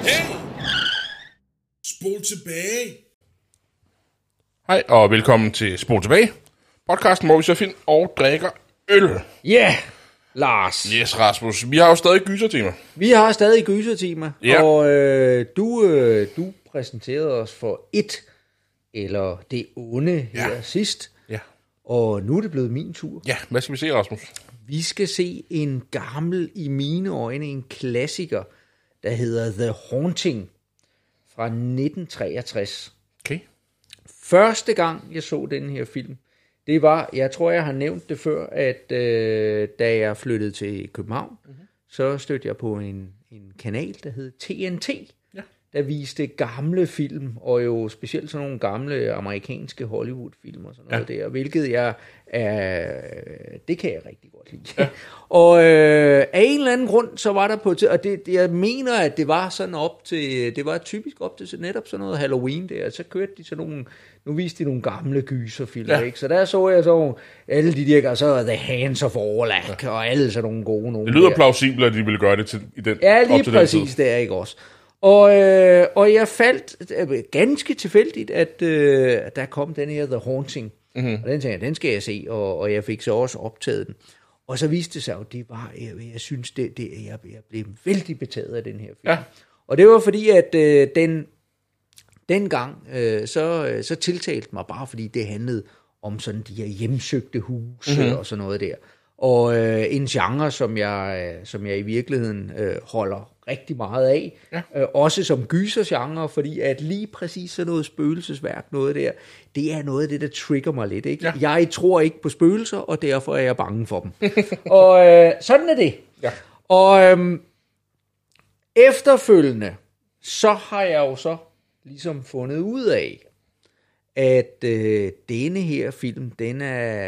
Hey! Spol tilbage! Hej og velkommen til Spol tilbage. Podcasten, hvor vi ser film og drikker øl. Ja, Lars. Yes, Rasmus. Vi har jo stadig gysertimer. Vi har stadig gysertimer, Ja. og du præsenterede os for eller det onde her sidst, Ja. og nu er det blevet min tur. Ja, hvad skal vi se, Rasmus? Vi skal se en gammel, i mine øjne, en klassiker, der hedder The Haunting fra 1963. Okay. Første gang, jeg så den her film, det var, jeg tror, jeg har nævnt det før, at da jeg flyttede til København, så stødte jeg på en kanal, der hed TNT, der viste gamle film, og jo specielt sådan nogle gamle amerikanske Hollywood-film og sådan noget der, hvilket det kan jeg rigtig godt lide. Ja. Og af en eller anden grund, så var der på, og jeg mener, at det var sådan det var typisk op til netop sådan noget Halloween der, så kørte de sådan nogle, nu viste de nogle gamle gyserfilm, ikke? Så der så jeg så alle de der, så The Hands of Orlac, og alle sådan nogle gode nogle. Det lyder der. plausibelt, at de ville gøre det til, i den Ja, lige op til præcis den der, ikke også? Og jeg faldt ganske tilfældigt, at der kom den her The Haunting, og den tænkte jeg, den skal jeg se, og jeg fik så også optaget den. Og så viste det sig jo, det var, jeg synes, jeg blev vældig betaget af den her film. Ja. Og det var fordi, at dengang, så tiltalte mig bare, fordi det handlede om sådan de her hjemsøgte huse og sådan noget der. Og en genre, som jeg i virkeligheden holder rigtig meget af. Ja. Også som gysergenre, fordi at lige præcis sådan noget spøgelsesværk, noget der, det er noget af det, der trigger mig lidt. Ikke? Ja. Jeg tror ikke på spøgelser, og derfor er jeg bange for dem. Og sådan er det. Ja. Og efterfølgende, så har jeg jo så ligesom fundet ud af, at denne her film, der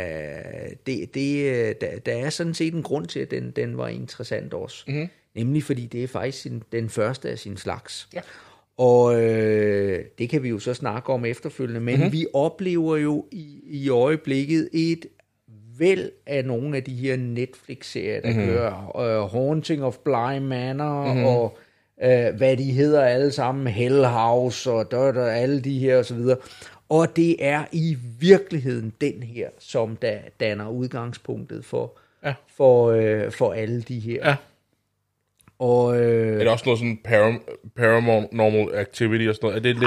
er sådan set en grund til, at den var interessant også. Mm-hmm. Nemlig fordi det er faktisk den første af sin slags. Ja. Og det kan vi jo så snakke om efterfølgende, men vi oplever jo i øjeblikket et væld af nogle af de her Netflix-serier, der kører Haunting of Bly Manor, og hvad de hedder alle sammen, Hell House, og alle de her og så videre. Og det er i virkeligheden den her, som der danner udgangspunktet for alle de her. Ja. Og, Er det også noget sådan paranormal activity og sådan noget? Er det lidt...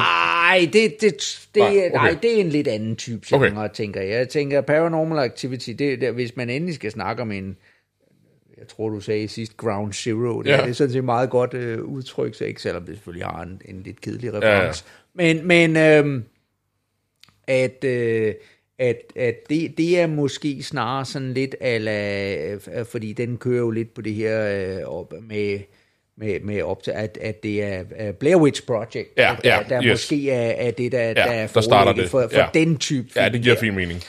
Nej, det er en lidt anden type genre, tænker jeg. Jeg tænker, paranormal activity, det er, hvis man endelig skal snakke om en, jeg tror du sagde sidst, Ground Zero, det er sådan set meget godt udtryk, så ikke, selvom det selvfølgelig har en lidt kedelig reference. Ja. Men at det er måske snarere sådan lidt fordi den kører jo lidt på det her med op til, at det er Blair Witch Project, der måske er det, der er starter for den type film. Ja, det giver fin mening.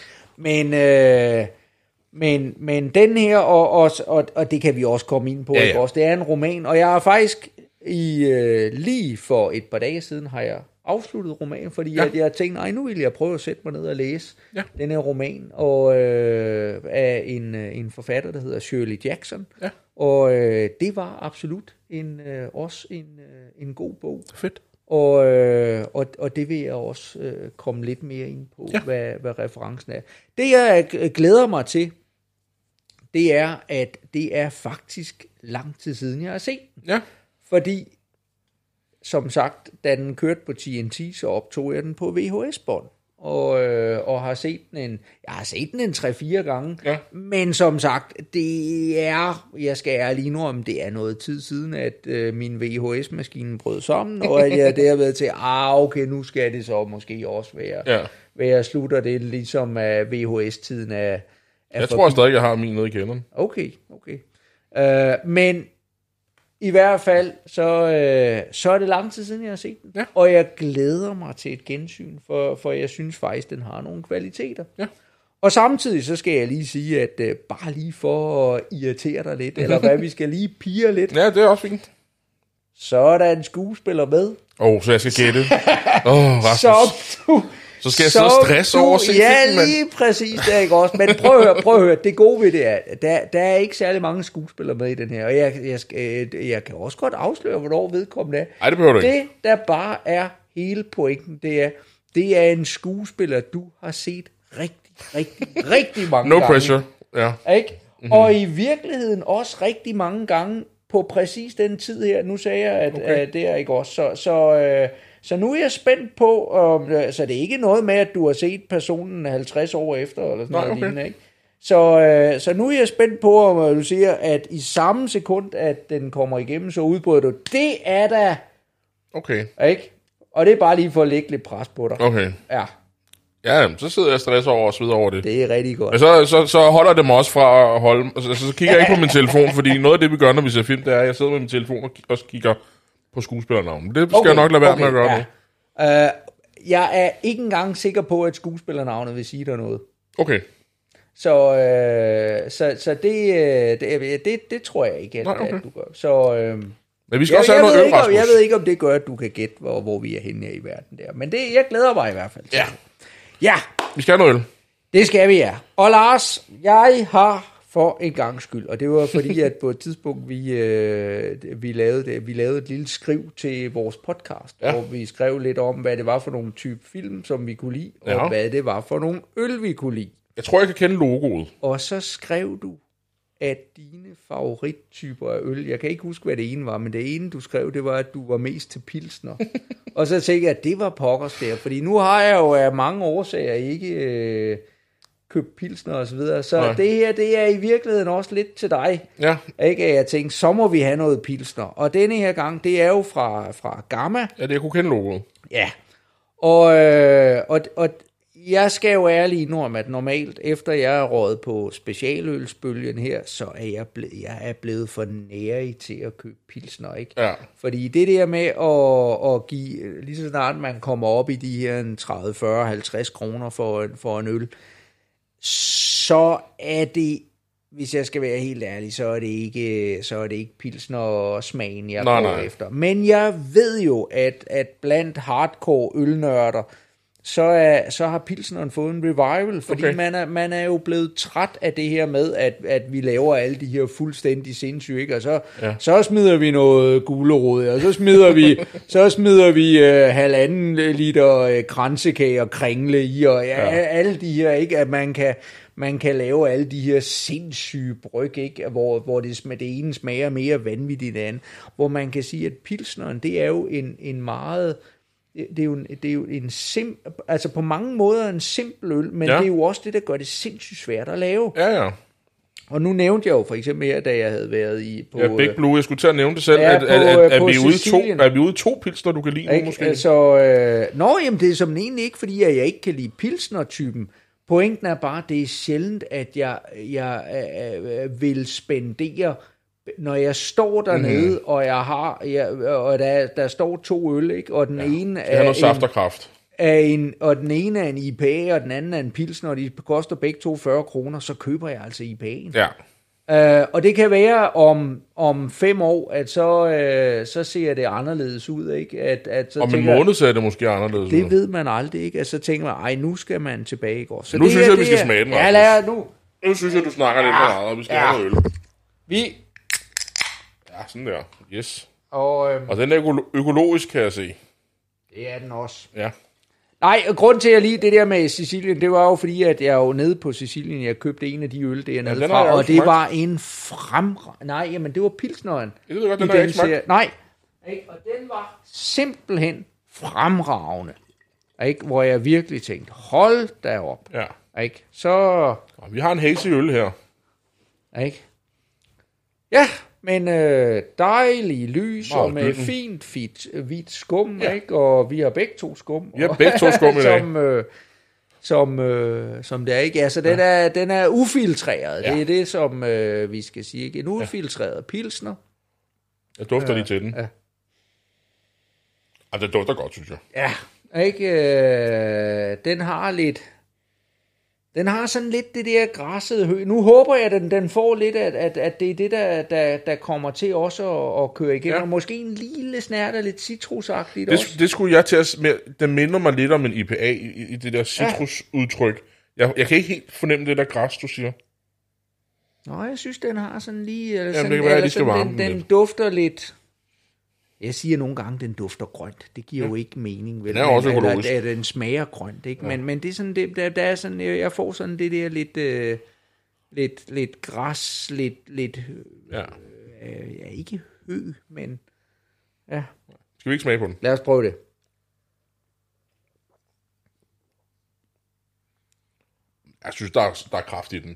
Men den her, og det kan vi også komme ind på, ikke også? Det er en roman, og jeg har faktisk lige for et par dage siden har jeg afsluttet romanen, fordi jeg tænkte, nej, nu vil jeg prøve at sætte mig ned og læse den her roman, og af en forfatter, der hedder Shirley Jackson, og det var absolut også en god bog. Fedt. Og det vil jeg også komme lidt mere ind på, hvad referencen er. Det jeg glæder mig til, det er, at det er faktisk lang tid siden, jeg har set den. Ja. Fordi, som sagt, da den kørte på TNT, så optog jeg den på VHS-bånd. Og har set den en 3-4 gange. Ja. Men som sagt, jeg skal ærlig nu om, det er noget tid siden, at min VHS-maskine brød sammen, og at jeg derved til, okay, nu skal det så måske også være slutter det, ligesom at VHS-tiden er jeg tror stadig, jeg har min nede i kælderen. Okay. Men i hvert fald, så er det lang tid siden, jeg har set den. Ja. Og jeg glæder mig til et gensyn, for jeg synes faktisk, den har nogle kvaliteter. Ja. Og samtidig så skal jeg lige sige, at bare lige for at irritere dig lidt, eller hvad, vi skal lige pire lidt. Ja, det er også fint. Så er der en skuespiller med. Så jeg skal gætte. Så skal jeg sidde og stresse over at se ja, filmen, mand. lige præcis, det er ikke også. Men prøv at høre, det gode ved det er, der er ikke særlig mange skuespillere med i den her, og jeg kan også godt afsløre, hvornår vedkommende er. Nej, det behøver du ikke. Det, der bare er hele pointen, det er en skuespiller, du har set rigtig mange No gange. pressure, ja. Ikke? Mm-hmm. Og i virkeligheden også rigtig mange gange på præcis den tid her. Nu sagde jeg, at det er ikke også. Så nu er jeg spændt på, så det er ikke noget med, at du har set personen 50 år efter, eller sådan noget lignende, ikke? Så nu er jeg spændt på, om du siger, at i samme sekund, at den kommer igennem, så udbryder du, det er da... Okay. Ikke? Og det er bare lige for at lægge lidt pres på dig. Okay. Ja. Ja, så sidder jeg og stresser over og sveder over det. Det er rigtig godt. Men så holder det mig også fra at holde... Altså, så kigger jeg ikke på min telefon, fordi noget af det, vi gør, når vi ser film, det er, at jeg sidder med min telefon og også kigger på skuespillernavnet. Det skal jeg nok lade være med at gøre nu. Jeg er ikke engang sikker på, at skuespillernavnet vil sige dig noget. Okay. Så det tror jeg ikke, at du gør. Så... Men vi skal også have noget øl, Rasmus. Jeg ved ikke, om det gør, at du kan gætte, hvor vi er henne i verden der. Men jeg glæder mig i hvert fald. Ja. Vi skal have noget øl. Det skal vi, ja. Og Lars, jeg har for en gang skyld, og det var fordi, at på et tidspunkt, vi lavede et lille skriv til vores podcast, hvor vi skrev lidt om, hvad det var for nogle type film, som vi kunne lide, og hvad det var for nogle øl, vi kunne lide. Jeg tror, jeg kan kende logoet. Og så skrev du, at dine favorittyper af øl, jeg kan ikke huske, hvad det ene var, men det ene, du skrev, det var, at du var mest til pilsner. Og så tænkte jeg, at det var pokkers der, fordi nu har jeg jo af mange årsager ikke købt pilsner og så videre, så det her, det er i virkeligheden også lidt til dig. Ja. Ikke? Jeg tænkte, så må vi have noget pilsner. Og denne her gang, det er jo fra Gamma. Ja, det jeg kunne kende logoet. Ja. Og jeg skal jo ærligt indrømme, at normalt, efter jeg er røget på specialølsbølgen her, så er jeg blevet for nærig til at købe pilsner, ikke? Ja. Fordi det der med at give, lige så snart man kommer op i de her 30, 40, 50 kroner for en øl, så er det, hvis jeg skal være helt ærlig, så er det ikke pilsner smagen, jeg går efter. Men jeg ved jo, at blandt hardcore ølnørder, så har pilsneren fået en revival, fordi man er jo blevet træt af det her med, at vi laver alle de her fuldstændig sindssyge, ikke? Og så smider vi noget gulerod, og så smider vi 1,5 liter kransekage og kringle i, og alle de her, ikke? At man kan lave alle de her sindssyge bryg, ikke? Hvor det ene smager mere vanvittigt end andet, hvor man kan sige, at pilsneren, det er jo en meget... Det er jo en altså på mange måder en simpel øl, men det er jo også det, der gør det sindssygt svært at lave. Ja. Og nu nævnte jeg jo for eksempel her, da jeg havde været på... Ja, Big Blue, jeg skulle til at nævne det selv, er vi ude i to pilsner, du kan lide nu måske? Altså, jamen det er som egentlig ikke, fordi jeg ikke kan lide pilsner-typen. Pointen er bare, det er sjældent, at jeg vil spendere... Når jeg står dernede, og og der står 2 øl, ikke? Og den ene er noget saft og kraft. Og den ene er en IPA, og den anden er en pilsner, og de koster begge 40 kroner, så køber jeg altså IPA'en. Ja. Og det kan være om 5 år, at så ser det anderledes ud, ikke? At så om en måned ser det måske anderledes ud. Det ved man aldrig, ikke? Altså, så tænker man, nu skal man tilbage i går. Så nu synes jeg, vi skal smage den. Ja, lad os nu. Nu synes jeg, du snakker lidt for meget, og vi skal have noget øl. Ja, sådan der. Yes. Og den er økologisk, kan jeg se. Det er den også. Ja. Nej, grund til at lide det der med Sicilien, det var jo fordi, at jeg er jo nede på Sicilien, jeg købte en af de øl dernede fra, og det var en Nej, jamen det var pilsneren. Det ved godt, den har jeg ikke smagt. Nej, og den var simpelthen fremragende. Ikke? Hvor jeg virkelig tænkte, hold da op. Ja. Ikke? Så... Vi har en hazy øl her. Ikke? Ja, men dejlig lys og med fint hvidt skum, ikke? Og vi har begge 2 skum. Vi har begge 2 skum i dag. Som det er, ikke? Altså, den er ufiltreret. Det er det, som vi skal sige, ikke? En ufiltreret pilsner. Jeg dufter lige til den. Ja. Det dufter godt, synes jeg. Ja, ikke? Den har lidt... Den har sådan lidt det der græssede hø. Nu håber jeg, at den får lidt, at det er det, der kommer til også at køre igennem. Og måske en lille snært af lidt citrusagtigt også. Det skulle jeg til at... Den minder mig lidt om en IPA i det der citrusudtryk. Jeg kan ikke helt fornemme det der græs, du siger. Nå, jeg synes, den har sådan lige... Jamen, det kan være, at de skal varme den dufter lidt... Jeg siger nogle gange, den dufter grønt. Det giver jo ikke mening. Vel? Den er også økologisk. At den smager grønt, ikke? Ja. Men det er sådan, der er sådan, jeg får sådan det der lidt græs, lidt ikke hø, men ja. Skal vi ikke smage på den? Lad os prøve det. Jeg synes, der er kraft i den.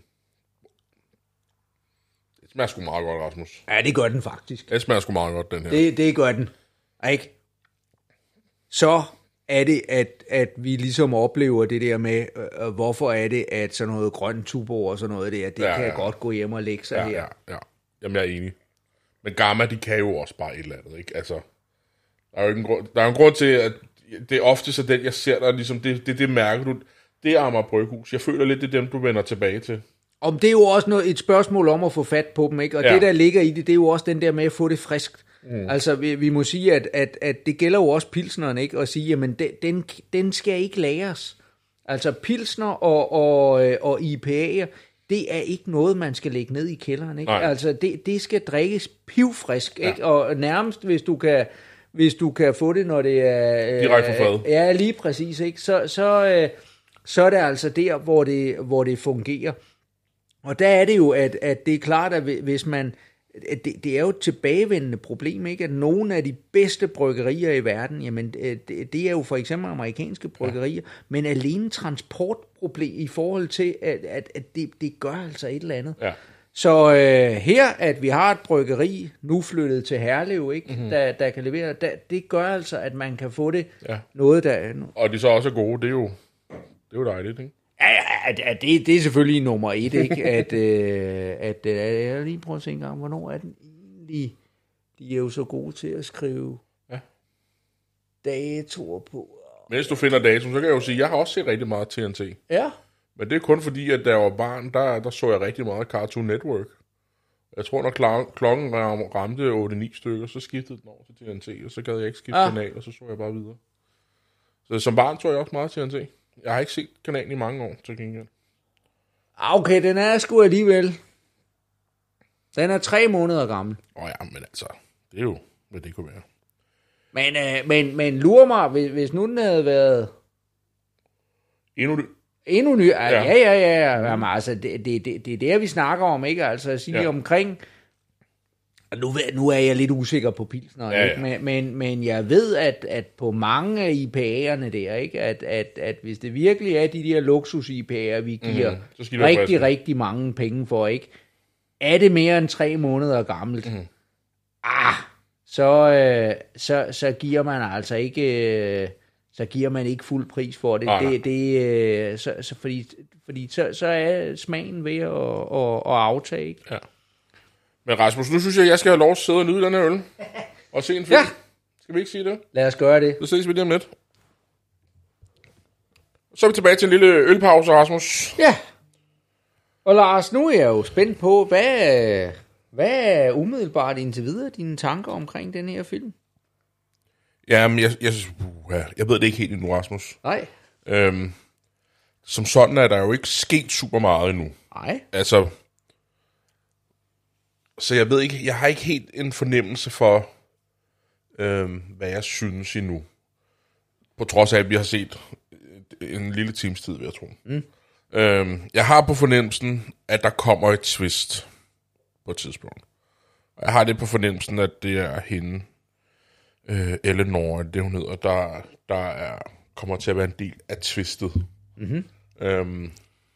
Det smager sgu meget godt, Rasmus. Ja, det gør den faktisk. Det smager sgu meget godt, den her. Det gør den. Ikke? Så er det, at vi ligesom oplever det der med, hvorfor er det, at sådan noget grønt Tuborg og sådan noget der, det kan godt gå hjem og lægge sig her. Ja. Jamen, jeg er enig. Men Gamma, de kan jo også bare et eller andet, ikke? Altså, der er jo en grund til, at det er ofte så den, jeg ser der, ligesom, det mærker du, det er Amager Bryghus. Jeg føler lidt, det er dem, du vender tilbage til. Om det er jo også et spørgsmål om at få fat på dem, ikke? Og det, der ligger i det er jo også den der med at få det friskt. Altså, vi må sige, at det gælder jo også pilsneren, ikke? At sige, jamen, den skal ikke lagres. Altså, pilsner og IPA'er, det er ikke noget, man skal lægge ned i kælderen, ikke? Nej. Altså, det skal drikkes pivfrisk, ikke? Og nærmest, hvis du kan få det, når det er... direkte fra fadet. Ja, lige præcis, ikke? Så er det altså der, hvor det fungerer. Og der er det jo, at det er klart, at hvis man... Det er jo et tilbagevendende problem, ikke? At nogle af de bedste bryggerier i verden, jamen det er jo for eksempel amerikanske bryggerier, men alene transportproblem i forhold til, at det gør altså et eller andet. Ja. Så her, at vi har et bryggeri, nu flyttet til Herlev, ikke? Mm-hmm. Der kan levere, det gør altså, at man kan få det noget der... Og de så også er gode, det er jo dejligt, ikke? Ja, det er selvfølgelig nummer 1, ikke? At jeg lige prøver at se en gang, hvornår er den egentlig... De er jo så gode til at skrive datoer på. Mens du finder datoen, så kan jeg jo sige, at jeg har også set rigtig meget TNT. Ja. Men det er kun fordi, at da jeg var barn, der så jeg rigtig meget Cartoon Network. Jeg tror, når klokken ramte 8-9 stykker, så skiftede den over til TNT, og så gad jeg ikke skifte kanal, og så jeg bare videre. Så som barn så jeg også meget TNT. Jeg har ikke set kanalen i mange år, til gengæld. Okay, den er sgu alligevel. Den er 3 måneder gammel. Ja, men altså, det er jo, hvad det kunne være. Men lurer mig, hvis nu den havde været... Endnu ny. Ja. Jamen, altså, det er det, vi snakker om, ikke? Altså at sige omkring... Nu er jeg lidt usikker på pilsner, ikke? Men jeg ved, at på mange af IPA'erne der, ikke? At hvis det virkelig er de der luksus-IPA'er, vi giver rigtig mange penge for, ikke? Er det mere end 3 måneder gammelt? Så giver man altså ikke... Så giver man ikke fuld pris for det. Fordi så er smagen ved at aftage, ikke? Ja. Men Rasmus, nu synes jeg skal have lov at sidde og nyde den her øl. Og se en film. Ja. Skal vi ikke sige det? Lad os gøre det. Så ses vi lige om lidt. Så er vi tilbage til en lille ølpause, Rasmus. Ja. Og Lars, nu er jeg jo spændt på, hvad er umiddelbart indtil videre dine tanker omkring den her film? Jamen, jeg ved det ikke helt endnu, Rasmus. Nej. Som sådan er der jo ikke sket super meget endnu. Nej. Altså... Så jeg ved ikke, jeg har ikke helt en fornemmelse for, hvad jeg synes endnu. På trods af, at vi har set en lille times tid, vil jeg tro. Jeg har på fornemmelsen, at der kommer et twist på et tidspunkt. Jeg har det på fornemmelsen, at det er hende, Eleanor, det hun hedder, der kommer til at være en del af twistet. Mm-hmm.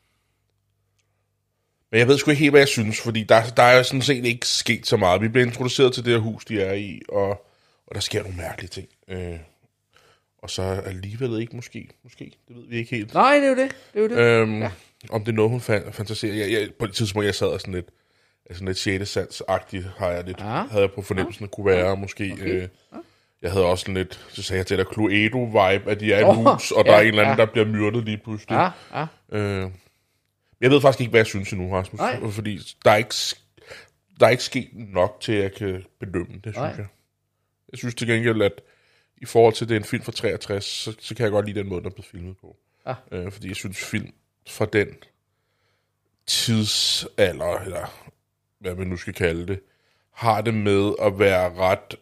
Men jeg ved sgu ikke helt, hvad jeg synes, fordi der er jo sådan set ikke sket så meget. Vi bliver introduceret til det her hus, de er i, og der sker nogle mærkelige ting. Og så alligevel ikke måske, det ved vi ikke helt. Nej, det er jo det. Om det er noget, hun fantaserer. På et tidspunkt, jeg sad sådan lidt 6. sans-agtigt, havde jeg på fornemmelsen, at kunne være måske. Okay. Jeg havde også lidt, så sagde jeg til dig, Cluedo-vibe, at de er i et hus, og der er en eller anden, der bliver myrdet lige pludselig. Jeg ved faktisk ikke, hvad jeg synes endnu, Rasmus. Nej. Fordi der er ikke sket nok til, at jeg kan bedømme det, synes jeg. Jeg synes til gengæld, at i forhold til, at det er en film fra 63, så kan jeg godt lide den måde, den er blevet filmet på. Fordi jeg synes, film fra den tidsalder, eller hvad man nu skal kalde det, har det med at være ret,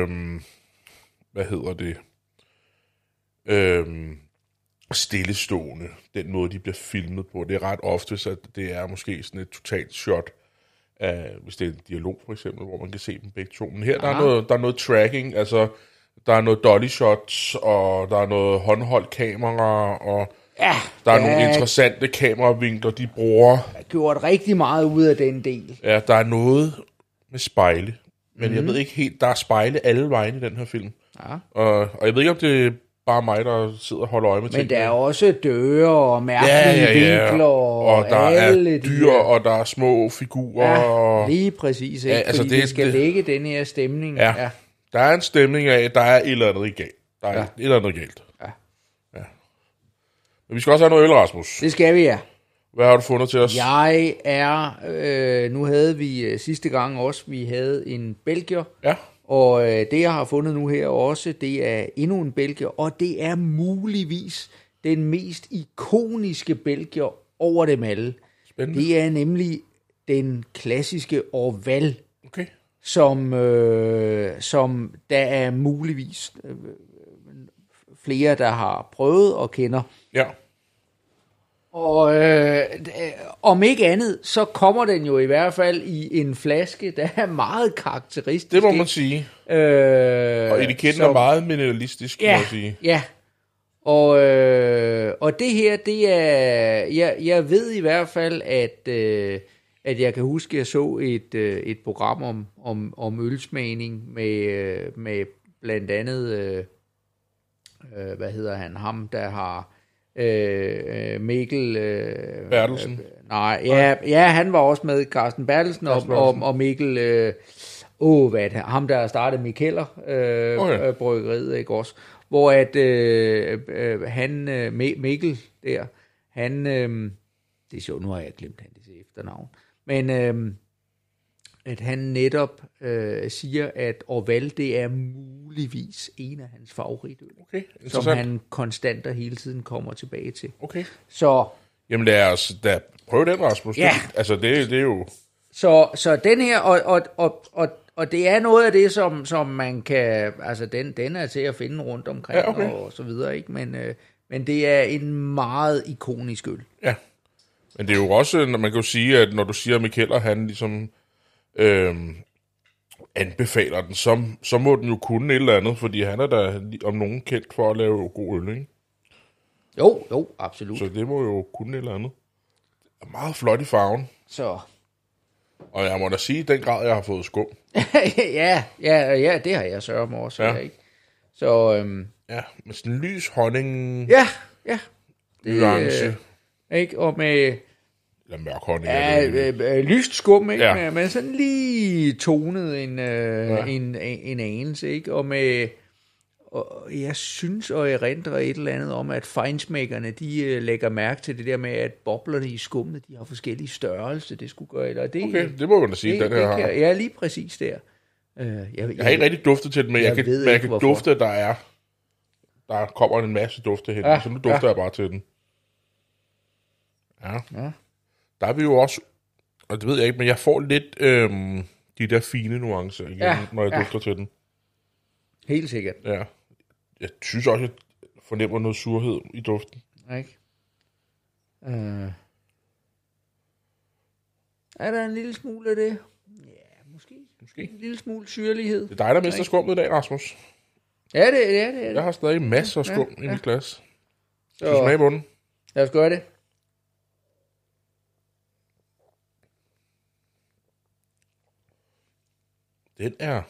stillestående, den måde, de bliver filmet på. Det er ret ofte, så det er måske sådan et totalt shot af, hvis det er en dialog for eksempel, hvor man kan se dem begge to. Men her, der er noget tracking, altså der er noget dolly shots, og der er noget håndholdt kamera, og der er nogle interessante kameravinkler, de bruger. Jeg har gjort rigtig meget ud af den del. Ja, der er noget med spejle, men jeg ved ikke helt, der er spejle alle vejen i den her film. Ja. Og jeg ved ikke, om det er bare mig, der sidder og holder øje med ting. Men der er også døre og mærkelige vinkler, og der er dyr, og der er små figurer. Ja, lige præcis, ikke? Altså fordi det skal lægge den her stemning. Ja. Der er en stemning af, at der er et eller andet galt. Der er et eller andet galt. Ja. Men vi skal også have noget øl, Rasmus. Det skal vi, ja. Hvad har du fundet til os? Jeg er... nu havde vi sidste gang også, vi havde en belgier. Ja. Og det, jeg har fundet nu her også, det er endnu en belgier. Og det er muligvis den mest ikoniske belgier over dem alle. Spændende. Det er nemlig den klassiske Orval. Okay. Som der er muligvis flere, der har prøvet og kender. Ja. Og om ikke andet, så kommer den jo i hvert fald i en flaske, der er meget karakteristisk. Det må man sige. Og etiketten er meget minimalistisk, må man sige. Ja, og det her, det er, jeg ved i hvert fald, at jeg kan huske, at jeg så et program om ølsmagning med blandt andet, hvad hedder han, ham der har Mikkel Bertelsen. Han var også med, Carsten Bertelsen og Mikkel hvad er det, ham der startede Mikkeller bryggeriet, ikke også, hvor at Mikkel der, han det er sjovt, nu har jeg glemt hans efternavn, men at han netop siger, at Orval, det er muligvis en af hans favoritøl, som han konstant og hele tiden kommer tilbage til. Okay. Så jamen lad os da prøve den, Rasmus. Ja. Det er jo... Så den her, og det er noget af det, som man kan, altså den er til at finde rundt omkring, og så videre, ikke? Men det er en meget ikonisk øl. Ja, men det er jo også, man kan jo sige, at når du siger, at Mikkeller, han ligesom anbefaler den, så må den jo kunne et eller andet, fordi han er da om nogen kendt for at lave god øl, ikke? Jo, absolut. Så det må jo kunne et eller andet. Det er meget flot i farven. Så. Og jeg må da sige, i den grad, jeg har fået skum. ja, det har jeg sørget mig også. Ja. Ikke? Så, ja, med sådan en lys honning. Ja. Nuance. Ikke? Og med... Eller mørk honning. Lyst skum, ikke? Ja. Med sådan lige tonet en anelse, ikke? Og med... Og jeg synes, og jeg erindrer et eller andet om, at feinsmækkerne, de lægger mærke til det der med, at boblerne i skummet, de har forskellige størrelse, det skulle gøre. Eller det, okay, det må man da sige, den her har. Ja, lige præcis der. Jeg har ikke rigtig duftet til det, men jeg kan dufte, at der kommer en masse dufte hen, så nu dufter jeg bare til den. Ja. Der er vi jo også, og det ved jeg ikke, men jeg får lidt de der fine nuancer igen, når jeg dufter til den. Helt sikkert. Ja. Jeg synes også, jeg fornemmer noget surhed i duften. Ikke? Er der en lille smule af det? Ja, måske. En lille smule syrlighed. Det er dig, der mister skummet i dag, Rasmus. Ja, det er. Jeg har stadig masser af skum i mit glas. Så smag på den. Lad os gøre det. Den er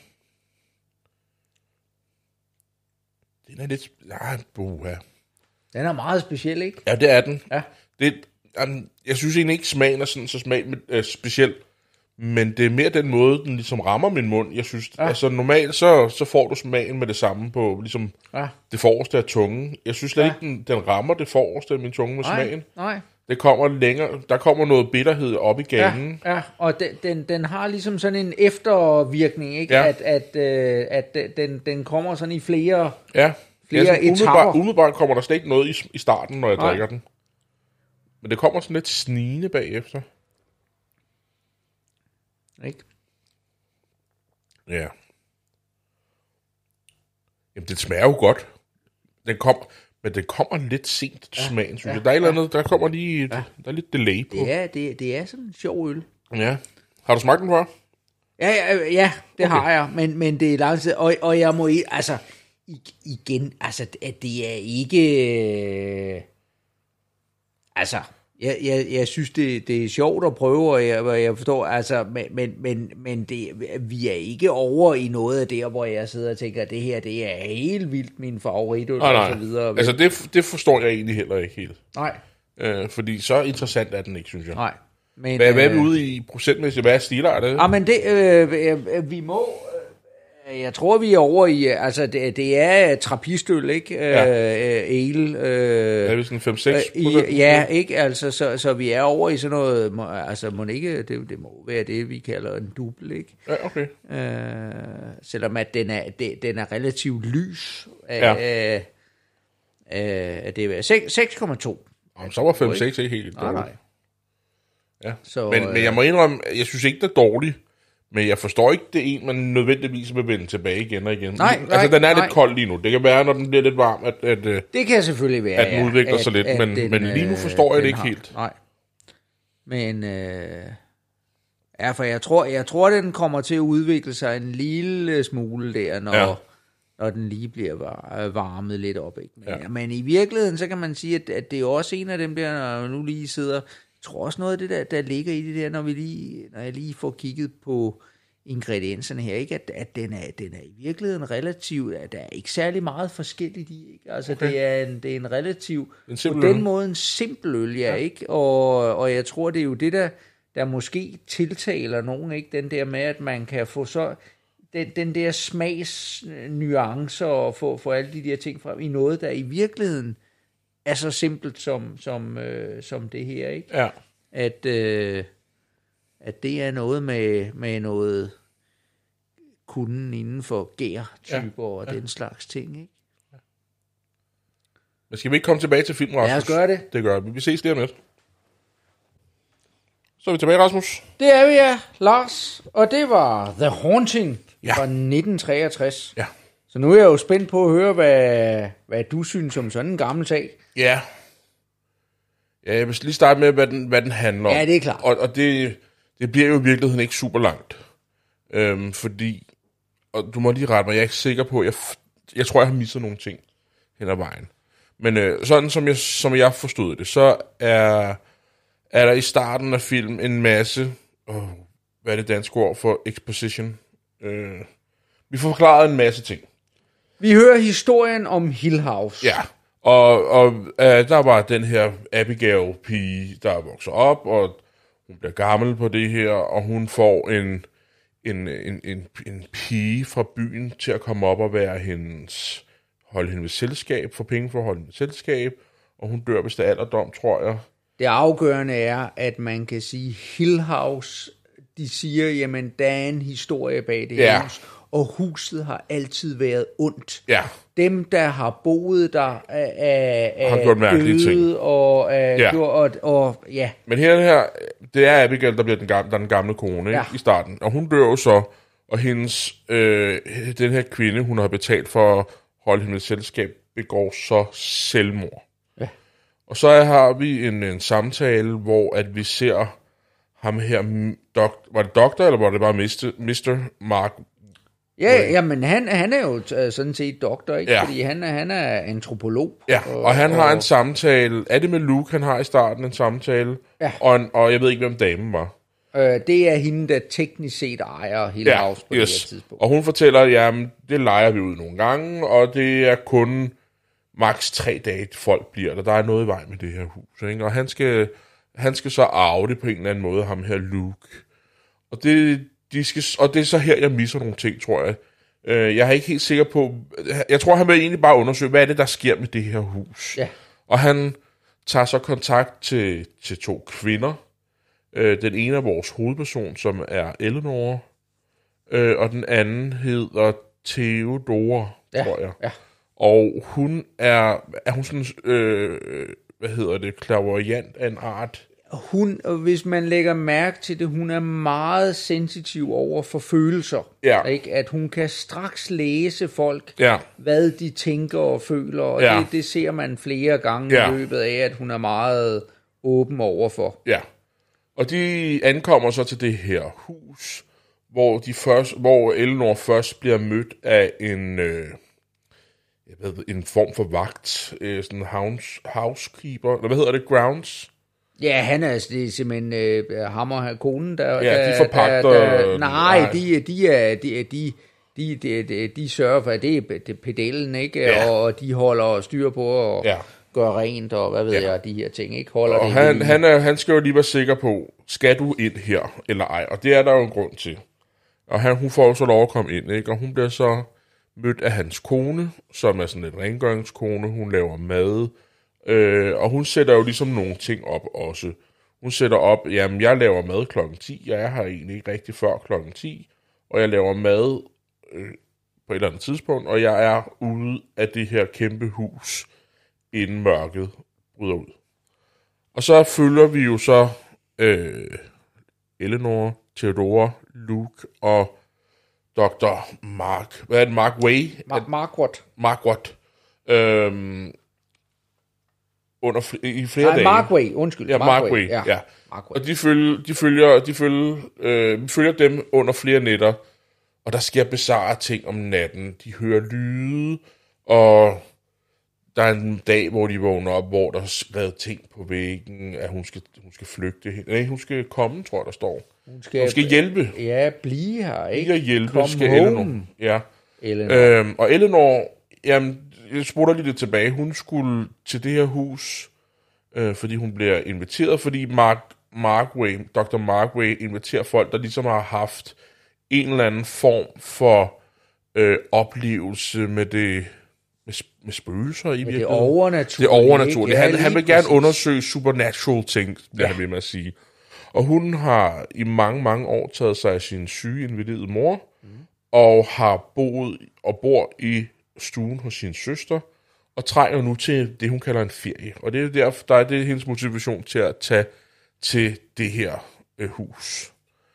lidt... buha. Den er meget speciel, ikke? Ja, det er den. Ja. Jeg synes egentlig ikke, smagen er sådan så speciel, men det er mere den måde, den ligesom rammer min mund. Jeg synes, altså normalt, så får du smagen med det samme på ligesom det forreste af tungen. Jeg synes slet ikke, den rammer det forreste af min tunge med smagen. Nej. Det kommer længere, der kommer noget bitterhed op i ganen. Ja, og den har ligesom sådan en eftervirkning, ikke? Ja. At den kommer sådan i flere Sådan etaper. Umiddelbart kommer der slet ikke noget i starten, når jeg drikker den. Men det kommer sådan lidt snigende bagefter. Ikke? Ja. Jamen, det smager jo godt. Men det kommer lidt sent til smagen, synes jeg. Der er et eller andet, der kommer lige, der er lidt delay på. Det er sådan en sjov øl. Ja. Har du smagt den før? Ja, det har jeg, men det er lang tid, og jeg må altså, igen, altså, at det er ikke, altså, jeg synes, det er sjovt at prøve, og jeg forstår, altså, men vi er ikke over i noget af det, hvor jeg sidder og tænker, at det her, det er helt vildt min favoritøl, og så videre. Altså, det forstår jeg egentlig heller ikke helt. Nej. Fordi så interessant er den ikke, synes jeg. Nej. Men, hvad er vi ude i procentmæssigt? Hvad er stilartet? Ja, men det, vi må... Jeg tror, vi er over i... Altså, det er trappistøl, ikke? Ale. Er vi sådan 5-6%? Ja, ikke? Altså, så vi er over i sådan noget... Altså, må ikke... Det må være det, vi kalder en dubbel, ikke? Ja, okay. Selvom at den er relativt lys. Det er 6,2. Så var 5-6 ikke helt dårligt. Nej. Ja. Så, men jeg må indrømme, jeg synes ikke, det er dårligt. Men jeg forstår ikke, det er en, man nødvendigvis vil vende tilbage igen og igen. Altså, den er lidt kold lige nu. Det kan være, når den bliver lidt varm, at det kan selvfølgelig være, at den udvikler sig lidt. Men lige nu forstår jeg det ikke helt. Nej. Men for jeg tror, den kommer til at udvikle sig en lille smule der, når den lige bliver varmet lidt op. Ikke? Men i virkeligheden, så kan man sige, at det er også en af dem der, når nu lige sidder... Jeg tror også noget af det, der ligger i det der, når jeg lige får kigget på ingredienserne her, ikke? At den er i virkeligheden relativt, at der er ikke særlig meget forskelligt i. Ikke? Altså, okay. det er en relativt, på den måde en simpel øl, ikke? Og jeg tror, det er jo det, der måske tiltaler nogen, ikke? Den der med, at man kan få så... Den der smagsnuancer og få alle de der ting frem i noget, der i virkeligheden er så simpelt som det her, ikke? Ja. At det er noget med noget kunden inden for gær-typer og den slags ting, ikke? Ja. Men skal vi ikke komme tilbage til filmen, Rasmus? Lad os gøre det. Det gør vi. Vi ses lige om lidt. Så er vi tilbage, Rasmus. Det er vi, ja, Lars. Og det var The Haunting fra 1963. Ja. Så nu er jeg jo spændt på at høre, hvad du synes om sådan en gammel sag. Ja. Ja, jeg vil lige starte med, hvad den handler om. Ja, det er klart. Og det bliver jo i virkeligheden ikke super langt. Fordi, og du må lige rette mig, jeg er ikke sikker på, jeg tror, jeg har misset nogle ting hen ad vejen. Men sådan som jeg forstod det, så er der i starten af filmen en masse, hvad er det danske ord for exposition? Vi får forklaret en masse ting. Vi hører historien om Hill House. Ja, og der var den her Abigail-pige, der vokser op, og hun bliver gammel på det her, og hun får en pige fra byen til at komme op og være holde hende ved selskab, få penge for at holde hende ved selskab, og hun dør vist af alderdom, tror jeg. Det afgørende er, at man kan sige, Hill House, de siger, jamen, der er en historie bag det hus, og huset har altid været ondt. Ja. Dem, der har boet der, har gjort mærkelige ting. Og Men her, det er Abigail, der bliver den gamle kone i starten, og hun dør jo så, og hendes, den her kvinde, hun har betalt for at holde hende ved selskab, begår så selvmord. Ja. Og så har vi en samtale, hvor at vi ser ham her, var det doktor, eller var det bare Mr. Mark? Ja, men han er jo sådan set doktor, ikke? Ja. Fordi han er antropolog. Ja, og han har en samtale. Er det med Luke, han har i starten en samtale? Ja. Og jeg ved ikke, hvem damen var. Det er hende, der teknisk set ejer hele House på det her tidspunkt. Og hun fortæller, jamen, det leger vi ud nogle gange, og det er kun maks 3 dage, folk bliver der. Der er noget i vej med det her hus, ikke? Og han skal så arve det på en eller anden måde, ham her Luke. Og det er så her, jeg misser nogle ting, tror jeg. Jeg er ikke helt sikker på... Jeg tror, han vil egentlig bare undersøge, hvad er det, der sker med det her hus. Ja. Og tager så kontakt til 2 kvinder. Den ene er vores hovedperson, som er Eleanor, og den anden hedder Theodora, tror jeg. Ja. Og hun er hun sådan, clairvoyant af en art? Hvis man lægger mærke til det, hun er meget sensitiv over for følelser. Ja. Ikke? At hun kan straks læse folk, Ja. hvad de tænker og føler, og Ja. det ser man flere gange i løbet af, at hun er meget åben overfor. Ja. Og de ankommer så til det her hus, hvor Eleanor først bliver mødt af en form for vagt, sådan en housekeeper, eller hvad hedder det, grounds? Ja, han er det er simpelthen ham og konen, der... Ja, de forpagter... De sørger for, at det er pedellen, ikke? Ja. Og de holder styr på og gør rent, og hvad ved jeg, de her ting, ikke? Holder og det han skal jo lige være sikker på, skal du ind her, eller ej? Og det er der jo en grund til. Og hun får jo så lov at komme ind, ikke? Og hun bliver så mødt af hans kone, som er sådan en rengøringskone. Hun laver mad, og hun sætter jo ligesom nogle ting op også. Hun sætter op, jamen jeg laver mad klokken 10, jeg er her egentlig ikke rigtig før klokken 10, og jeg laver mad på et eller andet tidspunkt, og jeg er ude af det her kæmpe hus, inden mørket bryder ud. Og så følger vi jo så Eleanor, Theodora, Luke og Dr. Mark. Hvad er det? Mark Way? Marquardt. I flere dage. Markway, undskyld. Ja, Markway. Ja. Og vi følger dem under flere nætter, og der sker bizarre ting om natten. De hører lyde, og der er en dag, hvor de vågner op, hvor der er skrevet ting på væggen, at hun skal flygte. Nej, hun skal komme, tror jeg, der står. Hun skal hjælpe. Ja, blive her, ikke? Ikke at hjælpe, Come skal home. Eleanor. Ja. Eleanor. Og Eleanor, jamen, jeg spurgte lige lidt tilbage, hun skulle til det her hus, fordi hun bliver inviteret, fordi Dr. Markway inviterer folk, der ligesom har haft en eller anden form for oplevelse med spøgelser i virkeligheden. Det overnaturlige. Det overnaturlige. Ja, Han vil gerne undersøge supernatural ting, bliver han ved med at sige. Og hun har i mange, mange år taget sig af sin syge, invalide mor, og har bor i stuen hos sin søster, og trænger nu til det, hun kalder en ferie. Og det er derfor, der er det hendes motivation til at tage til det her hus.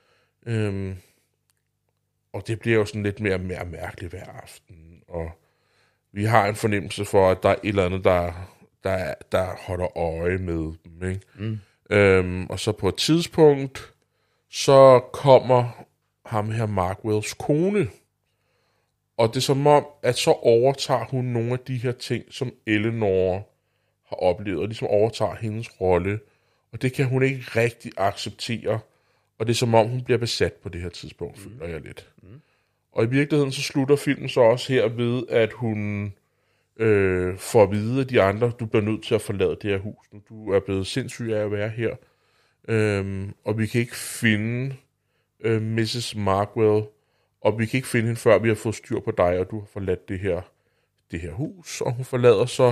Og det bliver jo sådan lidt mere mærkeligt hver aften. Og vi har en fornemmelse for, at der er et eller andet, der holder øje med dem. Ikke? Og så på et tidspunkt, så kommer ham her Markwells kone. Og det er som om, at så overtager hun nogle af de her ting, som Eleanor har oplevet, og ligesom overtager hendes rolle. Og det kan hun ikke rigtig acceptere. Og det er som om, hun bliver besat på det her tidspunkt, føler jeg lidt. Og i virkeligheden, så slutter filmen så også her ved, at hun får at vide af de andre, du bliver nødt til at forlade det her hus. Du er blevet sindssyg af at være her. Og vi kan ikke finde Mrs. Markwell, og vi kan ikke finde hende, før vi har fået styr på dig, og du har forladt det her hus. Og hun forlader så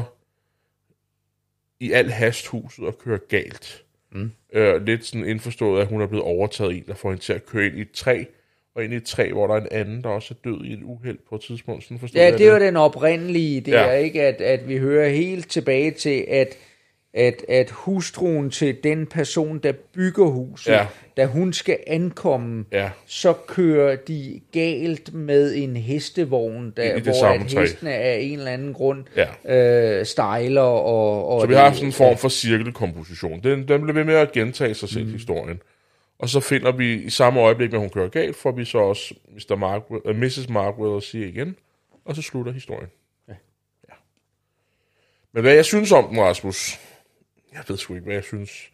i al hast huset og kører galt. Lidt sådan indforstået, at hun er blevet overtaget i, der får hende til at køre ind i et træ, og ind i et træ, hvor der er en anden, der også er død i et uheld på et tidspunkt. Sådan ja, det er jo den oprindelige, det er ikke, at vi hører helt tilbage til, at hustruen til den person, der bygger huset, da hun skal ankomme, så kører de galt med en hestevogn, hvor at hestene af en eller anden grund stejler. Og så vi har sådan en form for cirkelkomposition. Den bliver ved med at gentage sig selv, historien. Og så finder vi i samme øjeblik, når hun kører galt, får vi så også Mrs. Markwell at sige igen, og så slutter historien. Ja. Men hvad jeg synes om den, Rasmus... Jeg ved sgu ikke, hvad jeg synes.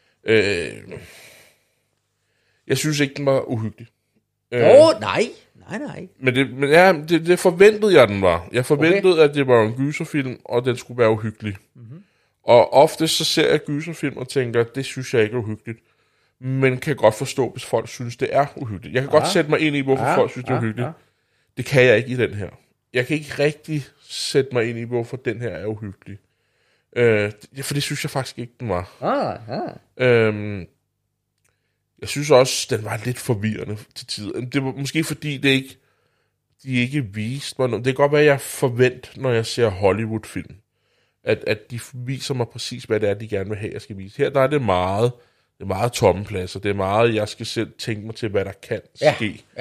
Jeg synes ikke, den var uhyggelig. Nej. Men det forventede jeg, den var. Jeg forventede, at det var en gyserfilm, og den skulle være uhyggelig. Og ofte så ser jeg gyserfilm og tænker, det synes jeg ikke er uhyggeligt. Men kan godt forstå, hvis folk synes, det er uhyggeligt. Jeg kan godt sætte mig ind i, hvorfor folk synes, det er uhyggeligt. Det kan jeg ikke i den her. Jeg kan ikke rigtig sætte mig ind i, hvorfor den her er uhyggelig. For det synes jeg faktisk ikke, den var. Ah. Jeg synes også, den var lidt forvirrende til tider. Det var måske fordi, de ikke viste mig noget. Det kan godt være, at jeg forventer, når jeg ser Hollywood-film, at de viser mig præcis, hvad det er, de gerne vil have, jeg skal vise. Her der er det meget tomme pladser. Det er meget, jeg skal selv tænke mig til, hvad der kan ske. Ja.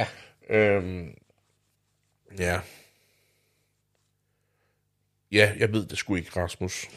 Ja. Ja, jeg ved det sgu ikke, Rasmus.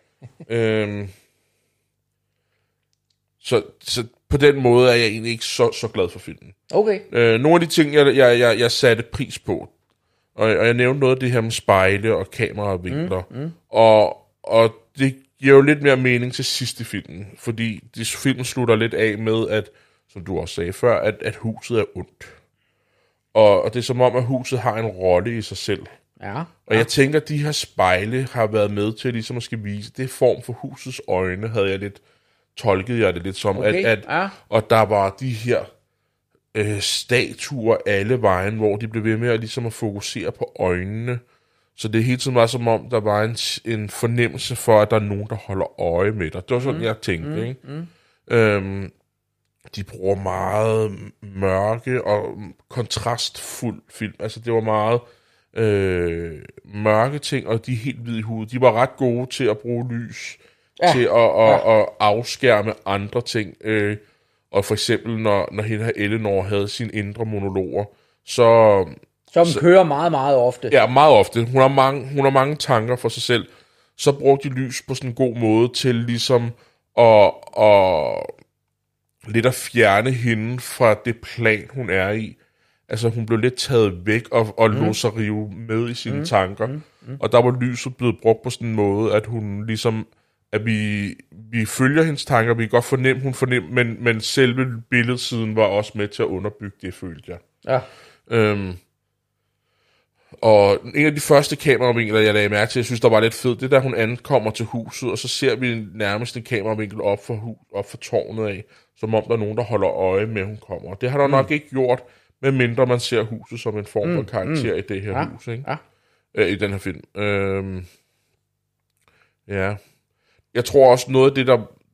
Så på den måde er jeg egentlig ikke så glad for filmen. Okay. Nogle af de ting, jeg satte pris på, og jeg nævnte noget af det her med spejle og kameravinkler, og det giver jo lidt mere mening til sidste filmen, fordi filmen slutter lidt af med, at, som du også sagde før, at huset er ondt. Og det er som om, at huset har en rolle i sig selv. Ja. Og jeg tænker, at de her spejle har været med til ligesom at skal vise, det form for husets øjne, havde jeg lidt tolket jeg det lidt som, okay. Og der var de her statuer alle vejen, hvor de blev ved med at, ligesom at fokusere på øjnene. Så det hele tiden var som om, der var en fornemmelse for, at der er nogen, der holder øje med dig. Det var sådan, jeg tænkte. Ikke? De bruger meget mørke og kontrastfuld film. Altså det var meget mørke ting, og de er helt hvide i hovedet. De var ret gode til at bruge lys, til at afskærme andre ting. Og for eksempel, når hende her Eleanor havde sine indre monologer, som kører meget, meget ofte. Ja, meget ofte. Hun har mange tanker for sig selv. Så brugte de lys på sådan en god måde til ligesom at lidt at fjerne hende fra det plan, hun er i. Altså, hun blev lidt taget væk og lå sig rive med i sine tanker. Og der var lyset blevet brugt på sådan en måde, at hun ligesom, at vi følger hendes tanker, vi kan godt fornemme, hun fornemmer, men selve billedsiden var også med til at underbygge det, følte jeg. Ja. Og en af de første kameravinkler, jeg lagde mærke til, jeg synes, der var lidt fedt, det der, hun ankommer til huset, og så ser vi nærmest en kameravinkel op for tårnet af, som om der er nogen, der holder øje med, at hun kommer. Det har der nok ikke gjort, medmindre man ser huset som en form for karakter i det her hus, ikke? Ja. I den her film. Ja. Jeg tror også, noget af det,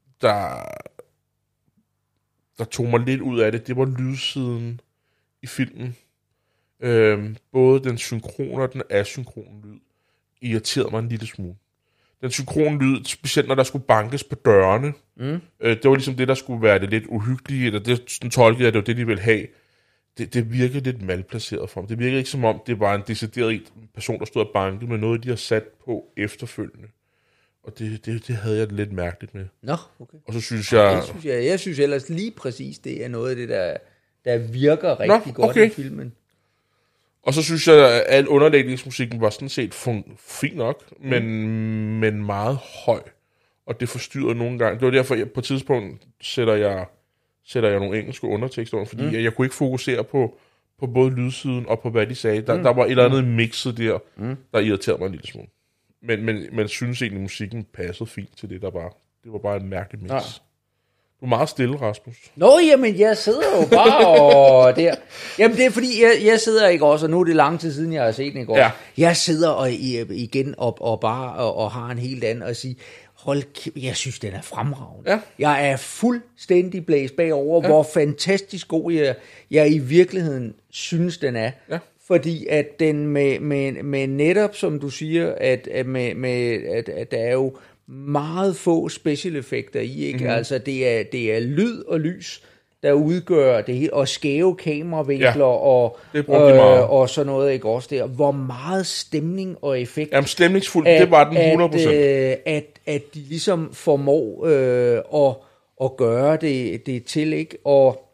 der tog mig lidt ud af det var lydsiden i filmen. Både den synkrone og den asynkrone lyd irriterede mig en lille smule. Den synkrone lyd, specielt når der skulle bankes på dørene, det var ligesom det, der skulle være det lidt uhyggelige, eller det, sådan tolkede jeg, det var det, de ville have. Det virkede lidt malplaceret for mig. Det virkede ikke som om, det var en decideret person, der stod og bankede med noget, de har sat på efterfølgende. Og det havde jeg det lidt mærkeligt med. Nå, okay. Og så synes jeg synes ellers lige præcis, det er noget af det, der virker rigtig godt i filmen. Og så synes jeg, at al underlægningsmusikken var sådan set fint nok, men meget høj. Og det forstyrrede nogle gange. Det var derfor, jeg på et tidspunkt sætter jeg nogle engelske undertekster under, fordi jeg kunne ikke fokusere på både lydsiden og på, hvad de sagde. Der var et eller andet mixet der irriterede mig en lille smule. Men synes egentlig, at musikken passede fint til det, der var. Det var bare en mærkelig mix. Ja. Du er meget stille, Rasmus. Nå, jamen, jeg sidder jo bare og der. Jamen, det er fordi, jeg sidder ikke også, og nu er det lang tid siden, jeg har set den i går. Ja. Jeg sidder og igen og bare og har en helt anden og sige, jeg synes, den er fremragende. Ja. Jeg er fuldstændig blæst bagover, hvor fantastisk god jeg i virkeligheden synes, den er. Ja. Fordi at den med netop, som du siger, at der er jo meget få special effekter i, ikke? Altså det er lyd og lys, der udgør det hele, og skæve kameravinkler og sådan noget, ikke også der. Hvor meget stemning og effekt. Jamen stemningsfuldt, det var den 100%. At de ligesom formår at gøre det til, ikke? Og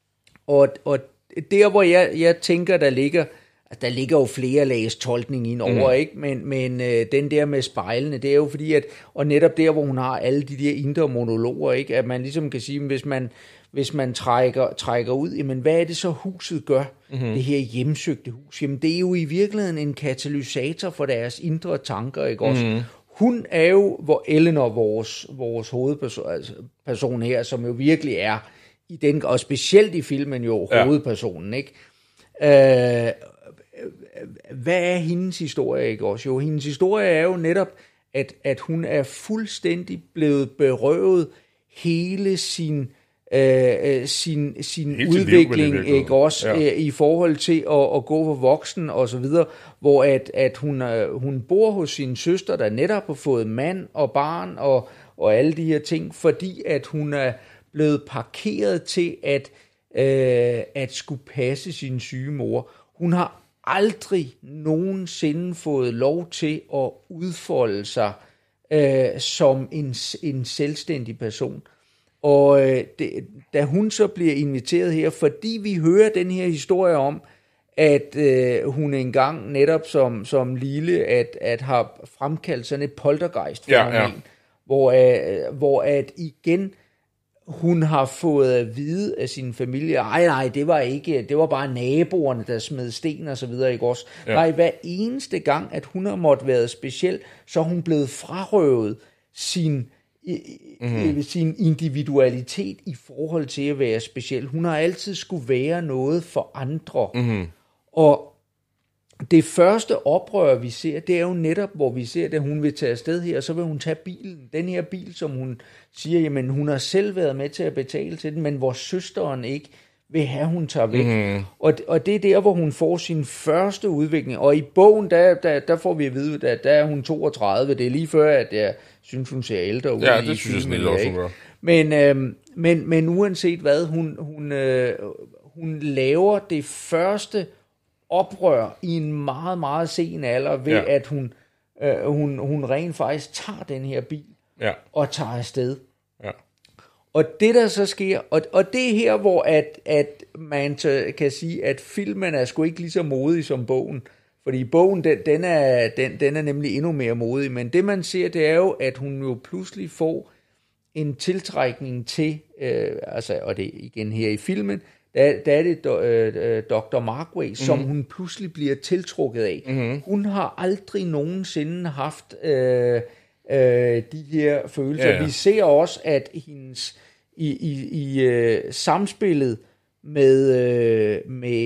der, hvor jeg tænker, der ligger jo flere lags tolkning ind over, ikke? Men den der med spejlene, det er jo fordi, og netop der, hvor hun har alle de der indre monologer, ikke? At man ligesom kan sige, hvis man trækker ud, jamen hvad er det så huset gør, det her hjemsøgte hus? Jamen det er jo i virkeligheden en katalysator for deres indre tanker, ikke også? Hun er jo, hvor Eleanor, vores hovedperson her, som jo virkelig er, i den, og specielt i filmen jo, hovedpersonen, ikke? Hvad er hendes historie, ikke også? Jo, hendes historie er jo netop, at hun er fuldstændig blevet berøvet hele sin udvikling, ikke også, i forhold til at gå for voksen og så videre, hvor at hun bor hos sin søster, der netop har fået mand og barn og alle de her ting, fordi at hun er blevet parkeret til at skulle passe sin syge mor. Hun har aldrig nogensinde fået lov til at udfolde sig som en selvstændig person. Og da hun så bliver inviteret her, fordi vi hører den her historie om, at hun engang netop som lille at har fremkaldt sådan et poltergeist-fænomen, hvor at igen hun har fået at vide af sin familie, nej, det var bare naboerne, der smed sten og så videre, ikke også? Ja. Nej, hver eneste gang, at hun har måttet være speciel, så er hun blevet frarøvet sin individualitet i forhold til at være speciel. Hun har altid skulle være noget for andre. Mm-hmm. Og det første oprør, vi ser, det er jo netop, hvor vi ser, at hun vil tage afsted her, og så vil hun tage bilen. Den her bil, som hun siger, jamen hun har selv været med til at betale til den, men hvor søsteren ikke vil have, hun tager væk. Mm-hmm. Og det er der, hvor hun får sin første udvikling. Og i bogen, der får vi at vide, at der er hun 32. Det er lige før, at jeg synes, hun ser ældre ud. Ja, det synes jeg også, hun gør. Men uanset hvad, hun laver det første oprør i en meget, meget sen alder, ved at hun rent faktisk tager den her bil og tager afsted. Ja. Og det der så sker, og det er her, hvor at man kan sige, at filmen er sgu ikke lige så modig som bogen. Fordi bogen, den er nemlig endnu mere modig. Men det man ser, det er jo, at hun jo pludselig får en tiltrækning til, og det igen her i filmen, der er det Dr. Markway, som hun pludselig bliver tiltrukket af. Mm-hmm. Hun har aldrig nogensinde haft de her følelser. Ja. Vi ser også, at hendes i samspillet med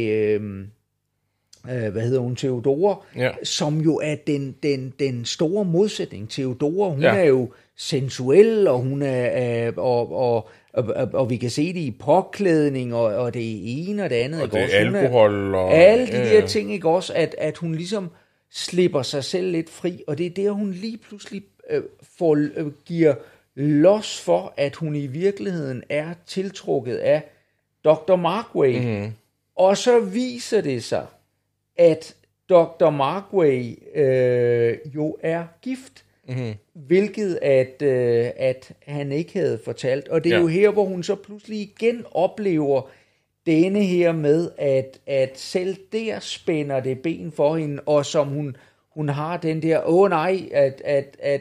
hvad hedder hun, Theodora, som jo er den store modsætning. Theodora, hun er jo sensuel, og hun er og vi kan se det i påklædning, og det ene og det andet. Og ikke det også? alkohol. Og alle de her ting, ikke også? At hun ligesom slipper sig selv lidt fri, og det er der, hun lige pludselig giver los for, at hun i virkeligheden er tiltrukket af Dr. Markway. Mm-hmm. Og så viser det sig, at Dr. Markway jo er gift, mm-hmm. hvilket at han ikke havde fortalt. Og det er jo her, hvor hun så pludselig igen oplever denne her med, at selv der spænder det ben for hende, og som hun har den der, at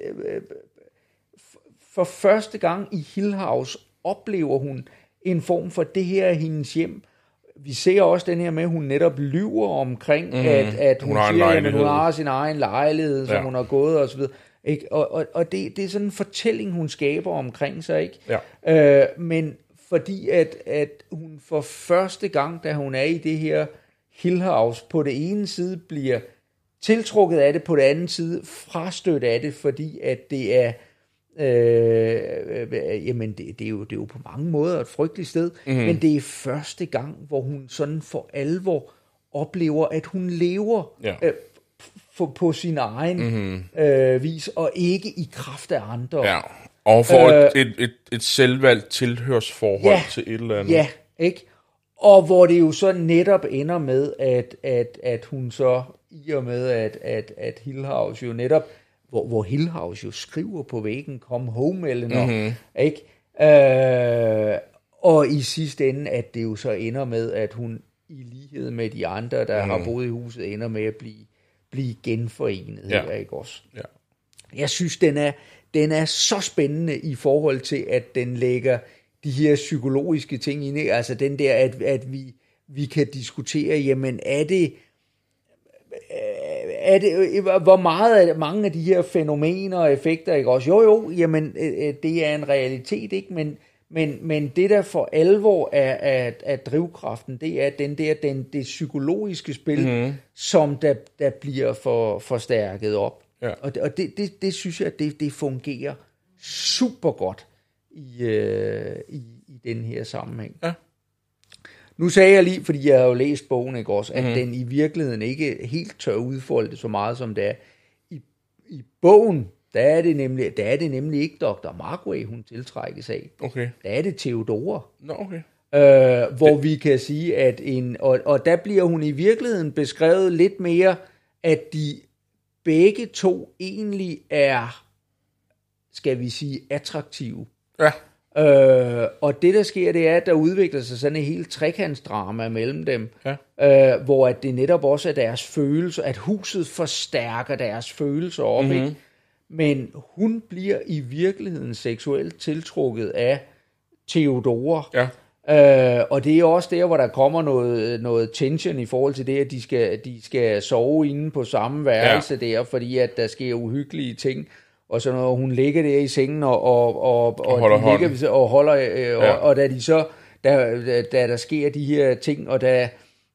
for første gang i Hill House oplever hun en form for, det her er hendes hjem. Vi ser også den her med, at hun netop lyver omkring, at hun siger, at hun har sin egen lejlighed, som hun har gået og så videre. Ikke? Og det er sådan en fortælling, hun skaber omkring sig, ikke? Ja. Men fordi at hun for første gang, da hun er i det her Hill House, på det ene side bliver tiltrukket af det, på det andet side frastødt af det, fordi at det er jamen det er jo på mange måder et frygteligt sted, men det er første gang, hvor hun sådan for alvor oplever, at hun lever på sin egen vis, og ikke i kraft af andre. Ja. Og får et selvvalgt tilhørsforhold til et eller andet. Ja, ikke? Og hvor det jo så netop ender med, at hun så, i og med at Hill House jo netop, hvor Hill House jo skriver på væggen, come home, Eleanor, ikke? Og i sidste ende, at det jo så ender med, at hun i lighed med de andre, der har boet i huset, ender med at blive genforenet her, ikke også? Ja. Jeg synes, den er så spændende i forhold til, at den lægger de her psykologiske ting ind, altså den der, at vi kan diskutere, jamen er det hvor mange af de her fænomener og effekter, ikke også? Jo, jamen det er en realitet, ikke? Men det der for alvor er drivkraften, det er det psykologiske spil, som der bliver forstærket op. Ja. Og det synes jeg, at det fungerer super godt i den her sammenhæng. Ja. Nu sagde jeg lige, fordi jeg har jo læst bogen, ikke også, at den i virkeligheden ikke helt tør udfolde det så meget, som det er. I bogen, der er det nemlig ikke Dr. Markway, hun tiltrækkes af. Okay. Der er det Theodora. Nå, okay. Hvor vi kan sige, at og der bliver hun i virkeligheden beskrevet lidt mere, at de begge to egentlig er, skal vi sige, attraktive. Ja. Og det, der sker, det er, at der udvikler sig sådan et helt trekantsdrama mellem dem, hvor at det netop også er deres følelser, at huset forstærker deres følelser op, ikke? Men hun bliver i virkeligheden seksuelt tiltrukket af Theodora. Ja. Og det er også der, hvor der kommer noget tension i forhold til det, at de skal sove inde på samme værelse der, fordi at der sker uhyggelige ting. Og så når hun ligger der i sengen og holder og da de så da der sker de her ting, og da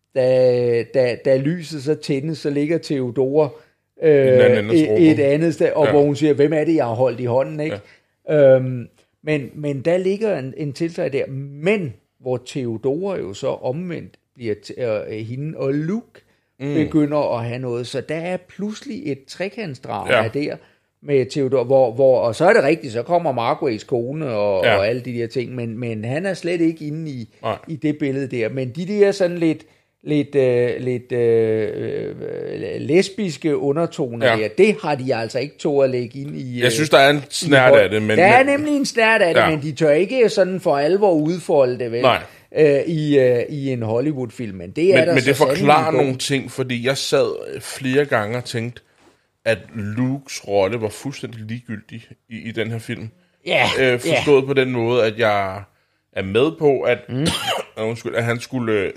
lyset så tændes, så ligger Theodora et andet sted, og hvor hun siger, hvem er det, jeg har holdt i hånden, ikke? Ja. Men der ligger en tiltag der, men hvor Theodora jo så omvendt bliver hende og Luke begynder at have noget, så der er pludselig et trekantsdrama der med Theodora, hvor og så er det rigtigt, så kommer Markways kone og alle de der ting, men han er slet ikke inde i det billede der, men de der sådan lidt lesbiske undertoner der, det har de altså ikke tog at lægge ind i. Jeg synes, der er en snært af det. Der er nemlig en snært af det, men de tør ikke sådan for alvor udfolde det, vel? I en Hollywood-film, men det er men det forklarer nogle ting, fordi jeg sad flere gange og tænkte, at Lukes rolle var fuldstændig ligegyldig i den her film. Forstået på den måde, at jeg er med på, at han skulle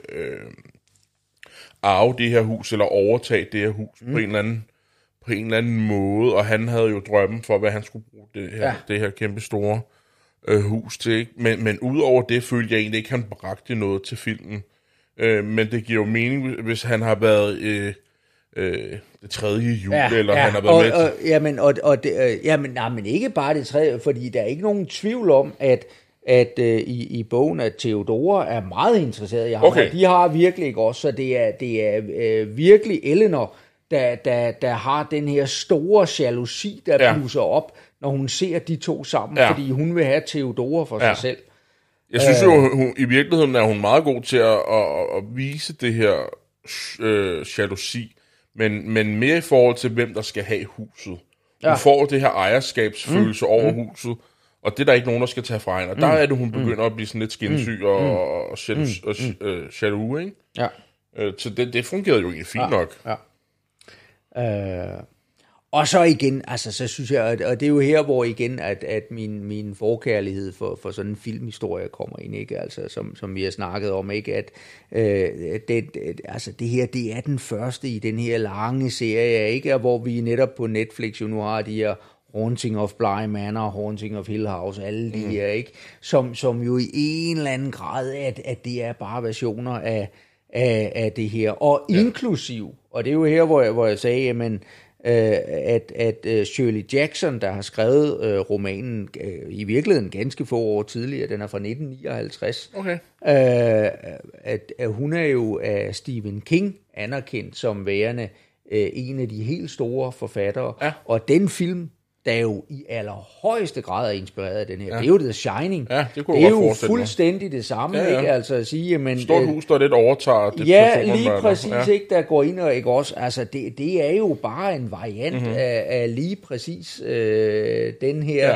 arve det her hus, eller overtage det her hus på en eller anden måde, og han havde jo drømmen for, hvad han skulle bruge det her kæmpe store hus til. Ikke? Men udover det følte jeg egentlig ikke, han bragte noget til filmen. Men det giver jo mening, hvis han har været det tredje jul, eller han har været med til. Men ikke bare det tredje, fordi der er ikke nogen tvivl om, at i bogen, at Theodora er meget interesseret i ham, og de har virkelig ikke også, så det er virkelig Eleanor, der har den her store jalousi, der blusser op, når hun ser de to sammen, fordi hun vil have Theodora for sig selv. Jeg synes jo, i virkeligheden er hun meget god til at vise det her jalousi, men mere i forhold til, hvem der skal have huset. Hun får det her ejerskabsfølelse over huset, og det er der ikke nogen, der skal tage fra hende. Og der er det, hun begynder at blive sådan lidt skinsyg og jaloux, ikke? Ja. Så det fungerede jo egentlig fint nok. Ja. Og så igen, altså så synes jeg, og det er jo her, hvor igen, at min forkærlighed for sådan en filmhistorie kommer ind, ikke? Altså som vi har snakket om, ikke? At det her, det er den første i den her lange serie, ikke? Hvor vi netop på Netflix jo nu har de her Haunting of Bly Manor, Haunting of Hill House, alle de her, ikke? Som jo i en eller anden grad, at det er bare versioner af det her, og inklusiv, og det er jo her, hvor jeg sagde, jamen, at Shirley Jackson, der har skrevet romanen i virkeligheden ganske få år tidligere, den er fra 1959, at hun er jo af Stephen King anerkendt som værende en af de helt store forfattere, og den film, der jo i allerhøjeste grad er inspireret af den her. Det er jo The Shining. Ja, det er jo fuldstændig det samme, ikke? Altså at sige, men stort hus, der lidt overtager det. Lige præcis, ikke? Der går ind og ikke også. Altså det er jo bare en variant af lige præcis den her.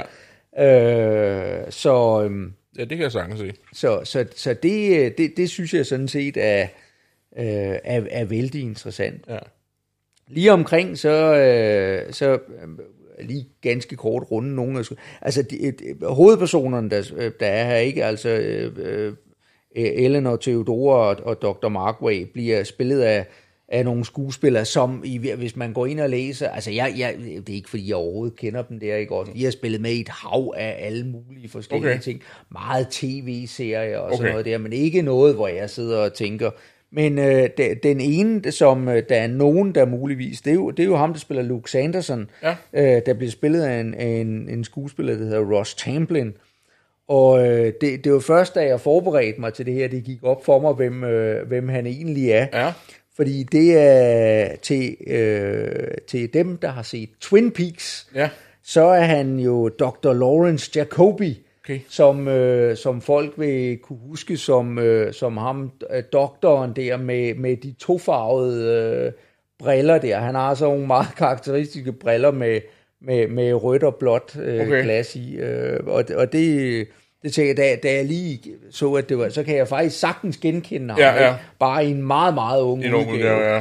Ja, det kan jeg sagtens se. Så det synes jeg sådan set er vældig interessant. Ja. Lige omkring så lige ganske kort runde nogen. Altså hovedpersonerne der er her, ikke, altså Eleanor, Theodora og Dr. Markway bliver spillet af nogle skuespillere, som hvis man går ind og læser, altså det er ikke fordi jeg overhovedet kender dem der, ikke også. De har spillet med i et hav af alle mulige forskellige ting, meget tv-serier og sådan noget der, men ikke noget, hvor jeg sidder og tænker, Men den ene, som der er nogen, der muligvis, det er jo ham, der spiller Luke Sanderson, der bliver spillet af en skuespiller, der hedder Ross Tamblyn. Og det var først, da jeg forberedte mig til det her, det gik op for mig, hvem han egentlig er. Ja. Fordi det er til dem, der har set Twin Peaks, så er han jo Dr. Lawrence Jacobi, som folk vil kunne huske som ham, doktoren der med de tofarvede briller der. Han har så nogle meget karakteristiske briller med rødt og blåt glas i. Og det tænker jeg, da jeg lige så, at det var, så kan jeg faktisk sagtens genkende ham. Bare i en meget, meget ung udgave.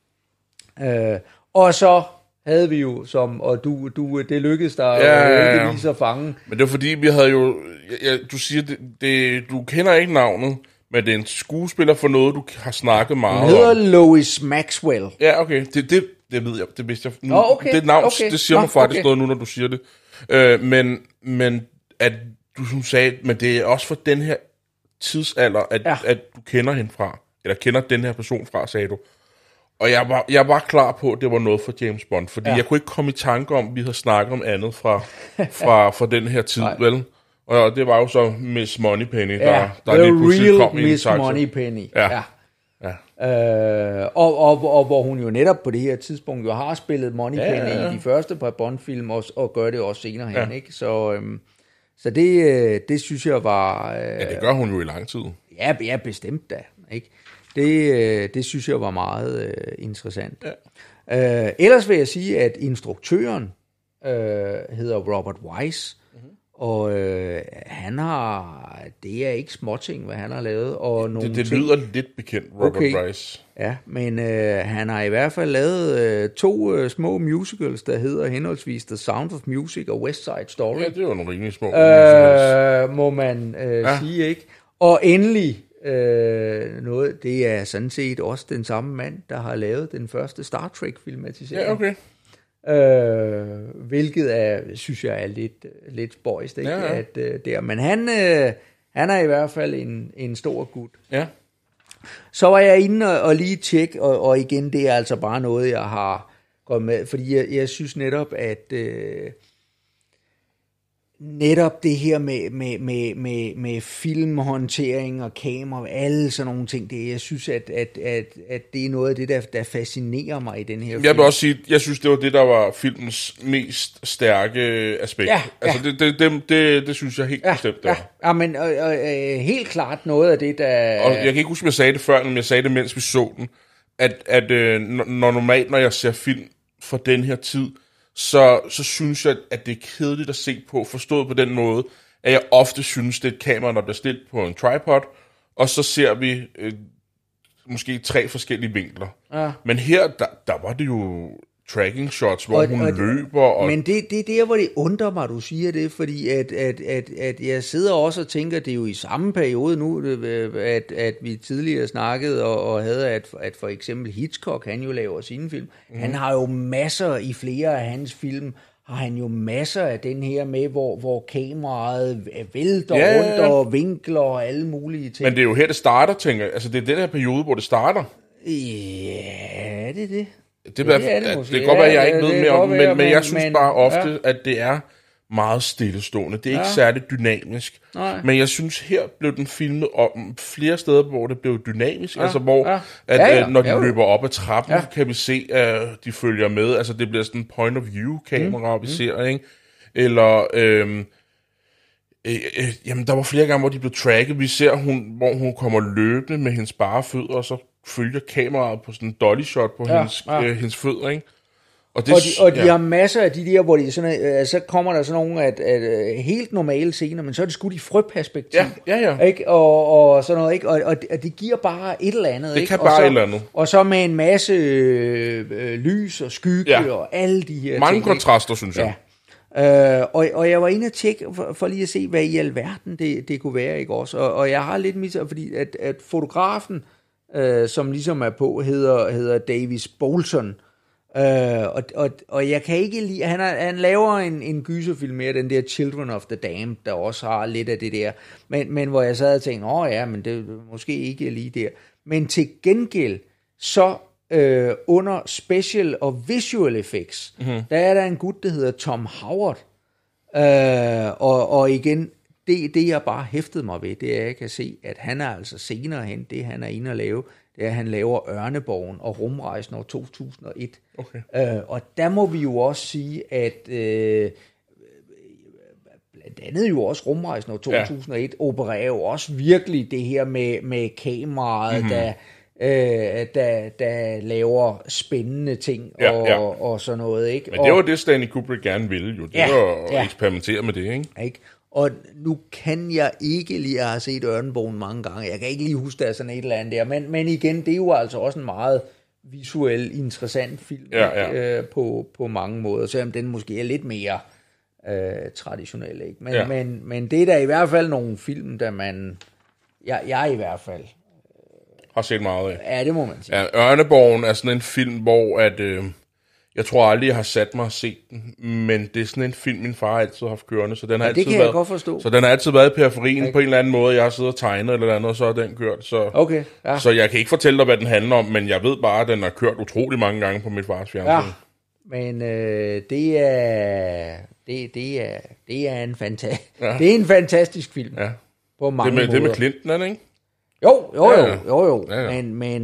Og så havde vi jo, og det lykkedes dig heldigvis at fange. Men det var fordi, vi havde jo, du siger, du kender ikke navnet, men det er en skuespiller for noget, du har snakket meget om. Hun hedder Lois Maxwell. Ja, okay, det ved jeg, det vidste jeg. Det navn, det siger mig faktisk noget nu, når du siger det. Men at du sagde, men det er også for den her tidsalder, at du kender hende fra, eller kender den her person fra, sagde du. Og jeg var klar på, at det var noget for James Bond, fordi jeg kunne ikke komme i tanke om, at vi havde snakket om andet fra den her tid, vel? Og det var jo så Miss Moneypenny, der lige pludselig kom i en Miss Moneypenny, og hvor hun jo netop på det her tidspunkt jo har spillet Moneypenny i de første par Bond-film, og gør det også senere hen, ikke? Så det synes jeg var... det gør hun jo i lang tid. Ja, bestemt da, ikke? Det synes jeg var meget interessant. Ja. Ellers vil jeg sige, at instruktøren hedder Robert Wise, og han har, det er ikke småting, hvad han har lavet. Og nogle det lyder lidt bekendt, Robert Wise. Ja, men han har i hvert fald lavet 2 små musicals, der hedder henholdsvis The Sound of Music og West Side Story. Ja, det var nogle rimelig små musicals. Må man sige, ikke? Og endelig... noget, det er sådan set også den samme mand, der har lavet den første Star Trek-filmatisering. Ja, okay. Hvilket er, synes jeg er lidt spøjst, ikke? Ja. Men han er i hvert fald en stor gut. Ja. Så var jeg inde og lige tjekke, og igen, det er altså bare noget, jeg har gået med, fordi jeg synes netop, at netop det her med filmhåndtering og kamera, alle sådan nogle ting, jeg synes, at det er noget af det, der fascinerer mig i den her film. Jeg vil også sige, jeg synes, det var det, der var filmens mest stærke aspekt. Ja. Altså, det synes jeg helt bestemt, det var. Ja, men helt klart noget af det, der... Og jeg kan ikke huske, om jeg sagde det før, men jeg sagde det, mens vi så den, at normalt, når jeg ser film fra den her tid, så synes jeg, at det er kedeligt at se på, forstået på den måde, at jeg ofte synes, det er et kamera, der bliver stillet på en tripod, og så ser vi måske 3 forskellige vinkler. Ja. Men her, der var det jo tracking shots, hvor hun løber. Og... Men det er der, hvor det undrer mig, du siger det, fordi at jeg sidder også og tænker, det er jo i samme periode nu, at vi tidligere snakkede og havde, at for eksempel Hitchcock, han jo laver sine film. Han har jo masser i flere af hans film, har han jo masser af den her med, hvor kameraet vælter rundt og vinkler og alle mulige ting. Men det er jo her, det starter, tænker jeg. Altså, det er den her periode, hvor det starter. Ja, det er det. Det kan godt være, at jeg ikke ved mere om det, men jeg synes bare ofte, at det er meget stillestående. Det er ikke særlig dynamisk. Nej. Men jeg synes, her blev den filmet om flere steder, hvor det blev dynamisk. Altså, hvor når de løber op ad trappen, kan vi se, at de følger med. Altså, det bliver sådan en point of view-kamera, vi ser, ikke? Eller... jamen, der var flere gange, hvor de blev tracket. Vi ser, hvor hun kommer løbende med hendes bare fødder, og så følger kameraet på sådan en dolly shot på hendes fødder, ikke? Og de har masser af de der, hvor de sådan, så kommer der sådan nogle at helt normale scener, men så er det skudt i frøperspektiv. Ja. Ikke? Og sådan noget, ikke? Og det giver bare et eller andet. Det ikke? kan bare et eller andet. Og så med en masse lys og skygge og alle de her mange ting. Mange kontraster, synes jeg. Og jeg var inde og tjekke, for lige at se, hvad i alverden det kunne være, ikke også? Og jeg har lidt misset, fordi at fotografen, som ligesom er på, hedder Davis Bolton. Og jeg kan ikke lide, han laver en gyserfilm mere, den der Children of the Damned, der også har lidt af det der, men hvor jeg sad og tænkte, men det er måske ikke lige der. Men til gengæld, så under special og visual effects, der er der en gut, der hedder Tom Howard. Og igen, det jeg bare hæftede mig ved, det er, at jeg kan se, at han er altså senere hen, det han er inde at lave, det er, at han laver Ørneborgen og Rumrejsen år 2001. Okay. Og der må vi jo også sige, at blandt andet jo også Rumrejsen år 2001 opererer jo også virkelig det her med kameraet, der laver spændende ting og sådan noget, ikke? Men det var det, Stanley Kubrick gerne ville jo. Det var at eksperimentere med det, ikke? Og nu kan jeg ikke lige have set Ørneborgen mange gange. Jeg kan ikke lige huske, der er sådan et eller andet der. Men igen, det er jo altså også en meget visuel, interessant film på mange måder. Selvom den måske er lidt mere traditionel, ikke? Men det er da i hvert fald nogle film, der jeg i hvert fald har set meget af. Ja, det må man sige. Ja, Ørneborgen er sådan en film, hvor at, jeg tror aldrig, jeg har sat mig og set den, men det er sådan en film, min far altid har haft kørende, så den har altid jeg godt forstå. Så den har altid været i periferien på en eller anden måde. Jeg har siddet og tegnet eller andet, og så har den kørt. Så jeg kan ikke fortælle dig, hvad den handler om, men jeg ved bare, at den har kørt utrolig mange gange på mit fars fjernsyn. Ja, men det er en fantastisk film. Ja. På mange måder. Det med Clinton, ikke? Jo. Ja.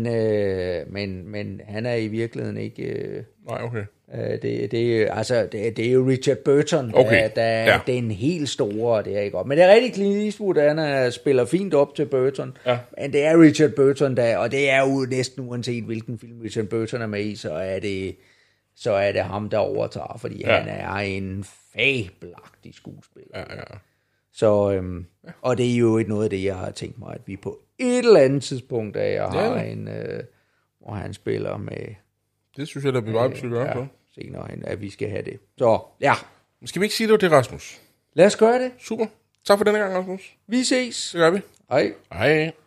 Men han er i virkeligheden ikke... Nej, okay. Det er jo Richard Burton, der er den helt store, det er ikke godt. Men det er rigtig Clint Eastwood, han spiller fint op til Burton. Ja. Men det er Richard Burton, og det er jo næsten uanset hvilken film Richard Burton er med i, så er det ham, der overtager, fordi han er en fabelagtig skuespiller. Ja. Så, og det er jo noget af det, jeg har tænkt mig, at vi på et eller andet tidspunkt, at jeg har en, hvor han spiller med... Det synes jeg, der bliver meget besøgt på. Senere hen, at vi skal have det. Så, ja. Skal vi ikke sige det var det, Rasmus? Lad os gøre det. Super. Tak for denne gang, Rasmus. Vi ses. Det gør vi. Hej. Hej.